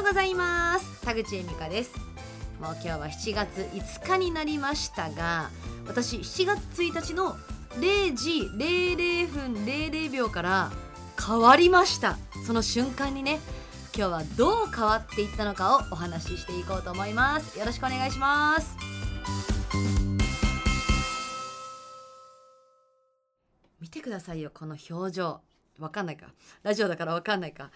ございます。田口恵美香です。もう今日は7月5日になりましたが、私7月1日の0時00分00秒から変わりました。その瞬間にね、今日はどう変わっていったのかをお話ししていこうと思います。よろしくお願いします。見てくださいよ、この表情。わかんないか、ラジオだからわかんないか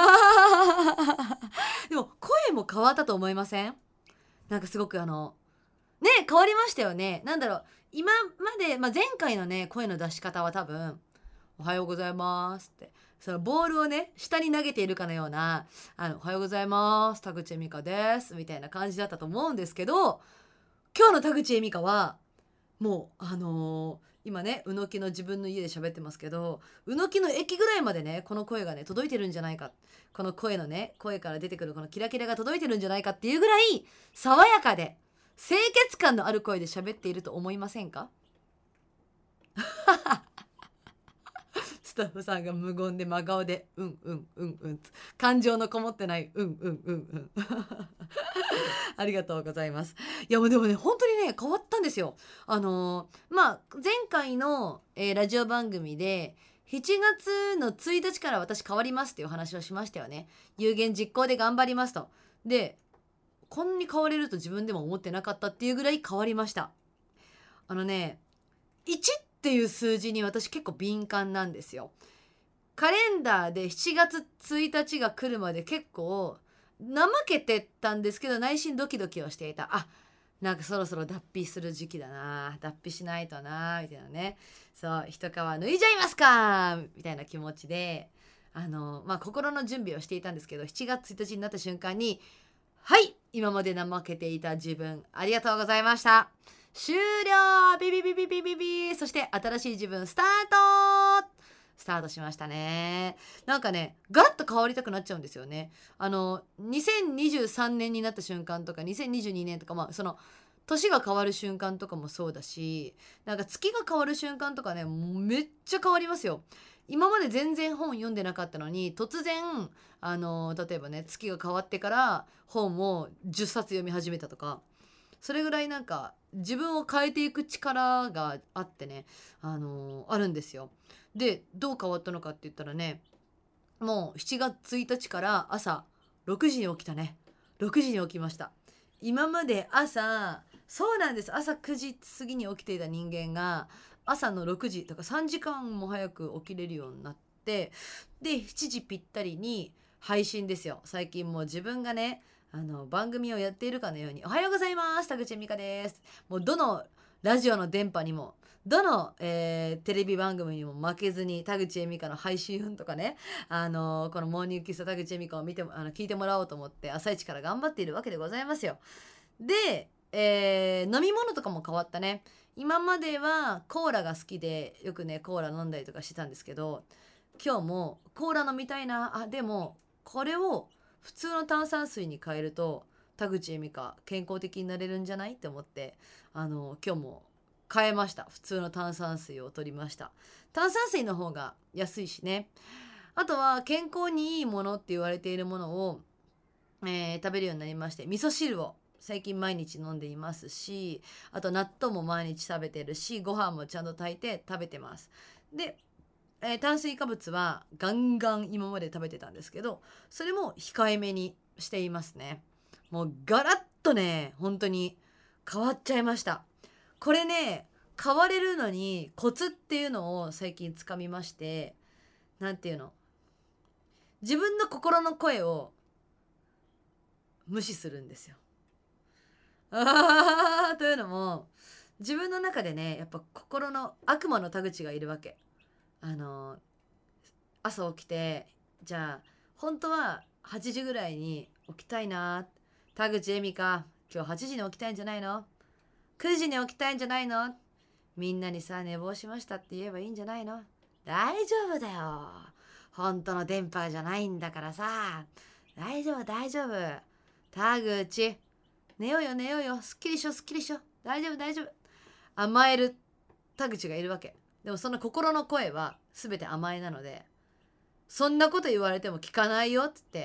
でも声も変わったと思いません？なんかすごく変わりましたよね。なんだろう、今まで、前回のね声の出し方は多分おはようございますってそのボールをね下に投げているかのようなおはようございます田口恵美香ですみたいな感じだったと思うんですけど、今日の田口恵美香はもう今ね宇野木の自分の家で喋ってますけど、宇野木の駅ぐらいまでねこの声がね届いてるんじゃないか、この声のね声から出てくるこのキラキラが届いてるんじゃないかっていうぐらい爽やかで清潔感のある声で喋っていると思いませんか？スタッフさんが無言で真顔でうんうんうんうん、感情のこもってないうんうんうんうんありがとうございます。いやもうでもね本当にね変わったんですよ。前回の、ラジオ番組で7月の1日から私変わりますっていう話をしましたよね。有言実行で頑張りますと。でこんなに変われると自分でも思ってなかったっていうぐらい変わりました。1っていう数字に私結構敏感なんですよ。カレンダーで7月1日が来るまで結構怠けてたんですけど、内心ドキドキをしていた。なんかそろそろ脱皮する時期だな、脱皮しないとなみたいなね、そう一皮脱いじゃいますかみたいな気持ちで心の準備をしていたんですけど、7月1日になった瞬間にはい今まで怠けていた自分ありがとうございました、終了、ビビビビビビビ、そして新しい自分スタートしましたね。なんかねガラッと変わりたくなっちゃうんですよね。2023年になった瞬間とか2022年とかその年が変わる瞬間とかもそうだし、なんか月が変わる瞬間とかねめっちゃ変わりますよ。今まで全然本読んでなかったのに突然例えばね月が変わってから本を10冊読み始めたとか、それぐらいなんか自分を変えていく力があってね、あるんですよ。でどう変わったのかって言ったらね、もう7月1日から朝6時に起きたね。6時に起きました。今までそうなんです、朝9時過ぎに起きていた人間が朝の6時とか3時間も早く起きれるようになって、で7時ぴったりに配信ですよ。最近もう自分がね番組をやっているかのようにおはようございます田口恵美香です、もうどのラジオの電波にもどの、テレビ番組にも負けずに田口恵美香の配信とかね、このモーニングキス田口恵美香を聞いてもらおうと思って朝一から頑張っているわけでございますよ。で、飲み物とかも変わったね。今まではコーラが好きでよくねコーラ飲んだりとかしてたんですけど、今日もコーラ飲みたいな、でもこれを普通の炭酸水に変えると田口恵美香健康的になれるんじゃないって思って今日も変えました。普通の炭酸水を取りました。炭酸水の方が安いしね。あとは健康にいいものって言われているものを、食べるようになりまして、味噌汁を最近毎日飲んでいますし、あと納豆も毎日食べてるし、ご飯もちゃんと炊いて食べてます。で炭水化物はガンガン今まで食べてたんですけど、それも控えめにしていますね。もうガラッとね本当に変わっちゃいました。これね変われるのにコツっていうのを最近つかみまして、なんていうの、自分の心の声を無視するんですよ。というのも自分の中でねやっぱ心の悪魔の田口がいるわけ。朝起きてじゃあ本当は8時ぐらいに起きたいな、田口恵美香今日8時に起きたいんじゃないの、9時に起きたいんじゃないの、みんなにさ寝坊しましたって言えばいいんじゃないの、大丈夫だよ、本当の電波じゃないんだからさ、大丈夫大丈夫、田口寝ようよ寝ようよ、すっきりしょすっきりしょ、大丈夫大丈夫、甘える田口がいるわけ。でもその心の声は全て甘えなので、そんなこと言われても聞かないよって言って、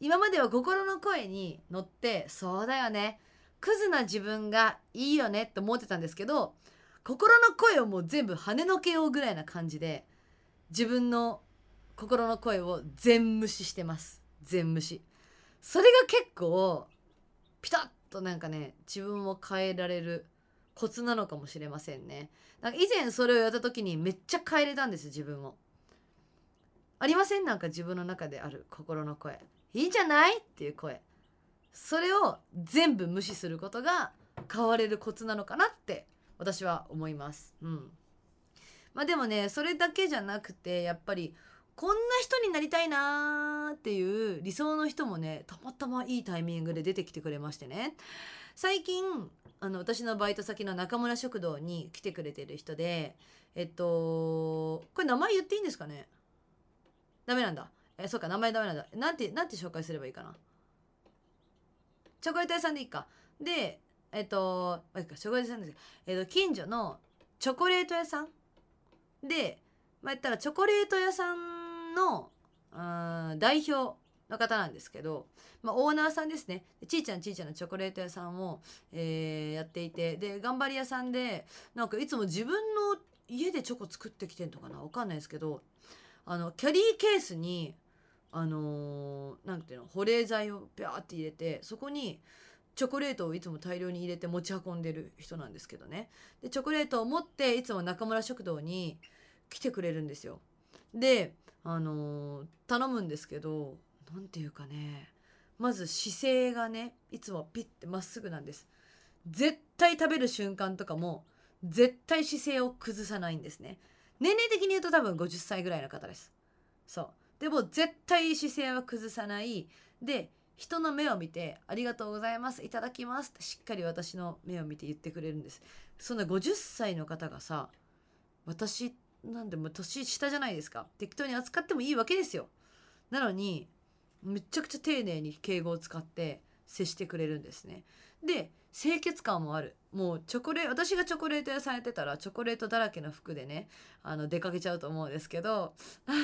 今までは心の声に乗ってそうだよね、クズな自分がいいよねって思ってたんですけど、心の声をもう全部跳ねのけようぐらいな感じで自分の心の声を全無視してます。全無視。それが結構ピタッとなんかね、自分を変えられるコツなのかもしれませんね。なんか以前それをやった時にめっちゃ変えれたんです、自分を。ありません？なんか自分の中である心の声、いいんじゃないっていう声、それを全部無視することが変われるコツなのかなって私は思います。まあでもね、それだけじゃなくてやっぱりこんな人になりたいなーっていう理想の人もね、たまたまいいタイミングで出てきてくれましてね。最近私のバイト先の中村食堂に来てくれてる人で、これ名前言っていいんですかね？ダメなんだ。そうか、名前ダメなんだ。なんて紹介すればいいかな。チョコレート屋さんでいいか。で、チョコレート屋さんですけど、近所のチョコレート屋さんで、言ったらチョコレート屋さんの代表の方なんですけど、オーナーさんですね。ちいちゃんのチョコレート屋さんを、やっていて、で頑張り屋さんで、なんかいつも自分の家でチョコ作ってきてんのかな、わかんないですけど、キャリーケースになんていうの、保冷剤をピャーって入れて、そこにチョコレートをいつも大量に入れて持ち運んでる人なんですけどね。でチョコレートを持っていつも中村食堂に来てくれるんですよ。で頼むんですけど、なんていうかね、まず姿勢がね、いつもピッてまっすぐなんです。絶対食べる瞬間とかも絶対姿勢を崩さないんですね。年齢的に言うと多分50歳ぐらいの方です。そうでも絶対姿勢は崩さない。で人の目を見てありがとうございます、いただきますってしっかり私の目を見て言ってくれるんです。そんな50歳の方がさ、私なんでも年下じゃないですか、適当に扱ってもいいわけですよ。なのにめちゃくちゃ丁寧に敬語を使って接してくれるんですね。で清潔感もある。もう私がチョコレート屋さんやってたらチョコレートだらけの服でね、出かけちゃうと思うんですけど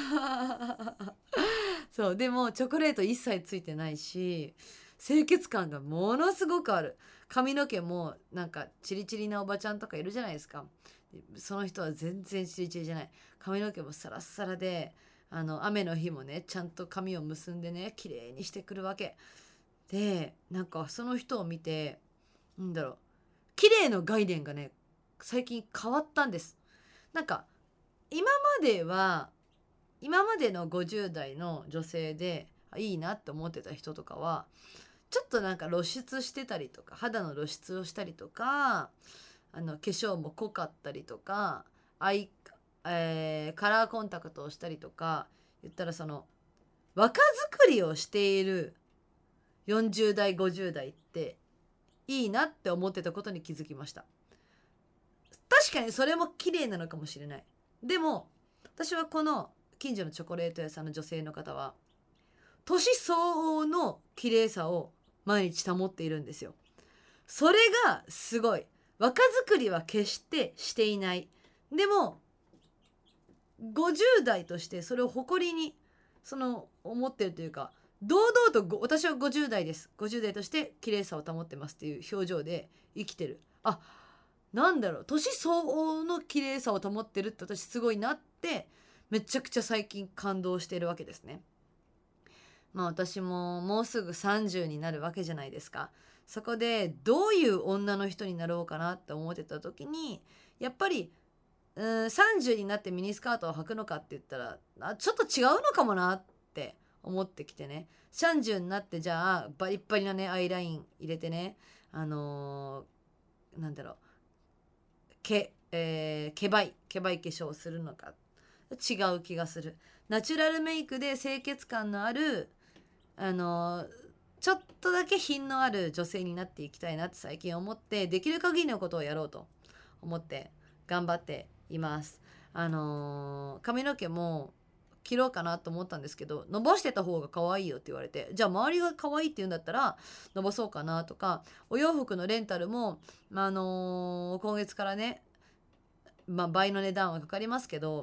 そうでもチョコレート一切ついてないし、清潔感がものすごくある。髪の毛もなんかチリチリなおばちゃんとかいるじゃないですか。その人は全然チリチリじゃない。髪の毛もサラッサラで、雨の日もねちゃんと髪を結んでね綺麗にしてくるわけで、なんかその人を見て、なんだろう、綺麗の概念がね最近変わったんです。なんか今までの50代の女性でいいなって思ってた人とかはちょっとなんか露出してたりとか、肌の露出をしたりとか、化粧も濃かったりとか、カラーコンタクトをしたりとか、言ったらその若作りをしている40代50代っていいなって思ってたことに気づきました。確かにそれも綺麗なのかもしれない。でも私はこの近所のチョコレート屋さんの女性の方は年相応の綺麗さを毎日保っているんですよ。それがすごい。若作りは決してしていない。でも50代としてそれを誇りに思ってるというか、堂々と私は50代です、50代として綺麗さを保ってますっていう表情で生きてる。なんだろう、年相応の綺麗さを保ってるって私すごいなってめちゃくちゃ最近感動しているわけですね。私ももうすぐ30になるわけじゃないですか。そこでどういう女の人になろうかなって思ってた時に、やっぱり30になってミニスカートを履くのかって言ったらちょっと違うのかもなって思ってきてね。30になってじゃあバリッバリなねアイライン入れてね、なんだろう、ケバイ化粧するのか、違う気がする。ナチュラルメイクで清潔感のあるちょっとだけ品のある女性になっていきたいなって最近思って、できる限りのことをやろうと思って頑張っています。髪の毛も切ろうかなと思ったんですけど、伸ばしてた方が可愛いよって言われて、じゃあ周りが可愛いって言うんだったら伸ばそうかなとか、お洋服のレンタルも、今月からね、倍の値段はかかりますけど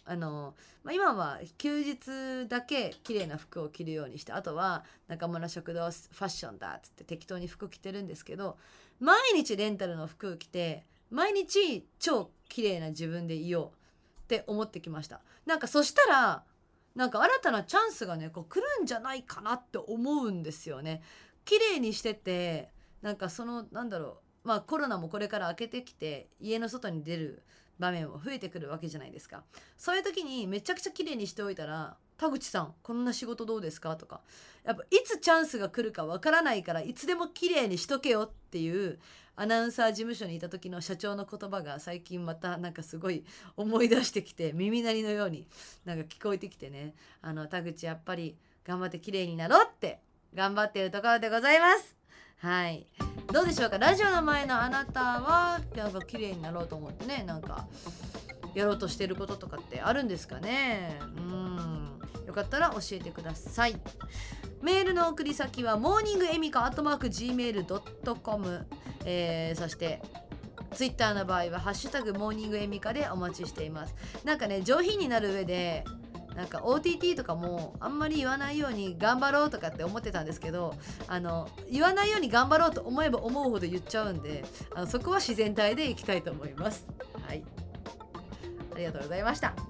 今は休日だけ綺麗な服を着るようにして、あとは中村食堂ファッションだっつって適当に服着てるんですけど、毎日レンタルの服を着て毎日超綺麗な自分でいようって思ってきました。なんかそしたらなんか新たなチャンスがねこう来るんじゃないかなって思うんですよね。綺麗にしててなんかコロナもこれから明けてきて家の外に出る場面も増えてくるわけじゃないですか。そういう時にめちゃくちゃ綺麗にしておいたら、田口さんこんな仕事どうですかとか、やっぱいつチャンスが来るかわからないからいつでも綺麗にしとけよっていうアナウンサー事務所にいた時の社長の言葉が最近またなんかすごい思い出してきて、耳鳴りのようになんか聞こえてきてね、田口やっぱり頑張って綺麗になろうって頑張っているところでございます。はい、どうでしょうか。ラジオの前のあなたはなんか綺麗になろうと思ってね、なんかやろうとしてることとかってあるんですかね。よかったら教えてください。メールの送り先は morningemika@gmail.com、そしてツイッターの場合はハッシュタグモーニングエミカでお待ちしています。なんかね上品になる上でなんか OTT とかもあんまり言わないように頑張ろうとかって思ってたんですけど、言わないように頑張ろうと思えば思うほど言っちゃうんで、そこは自然体でいきたいと思います。はい、ありがとうございました。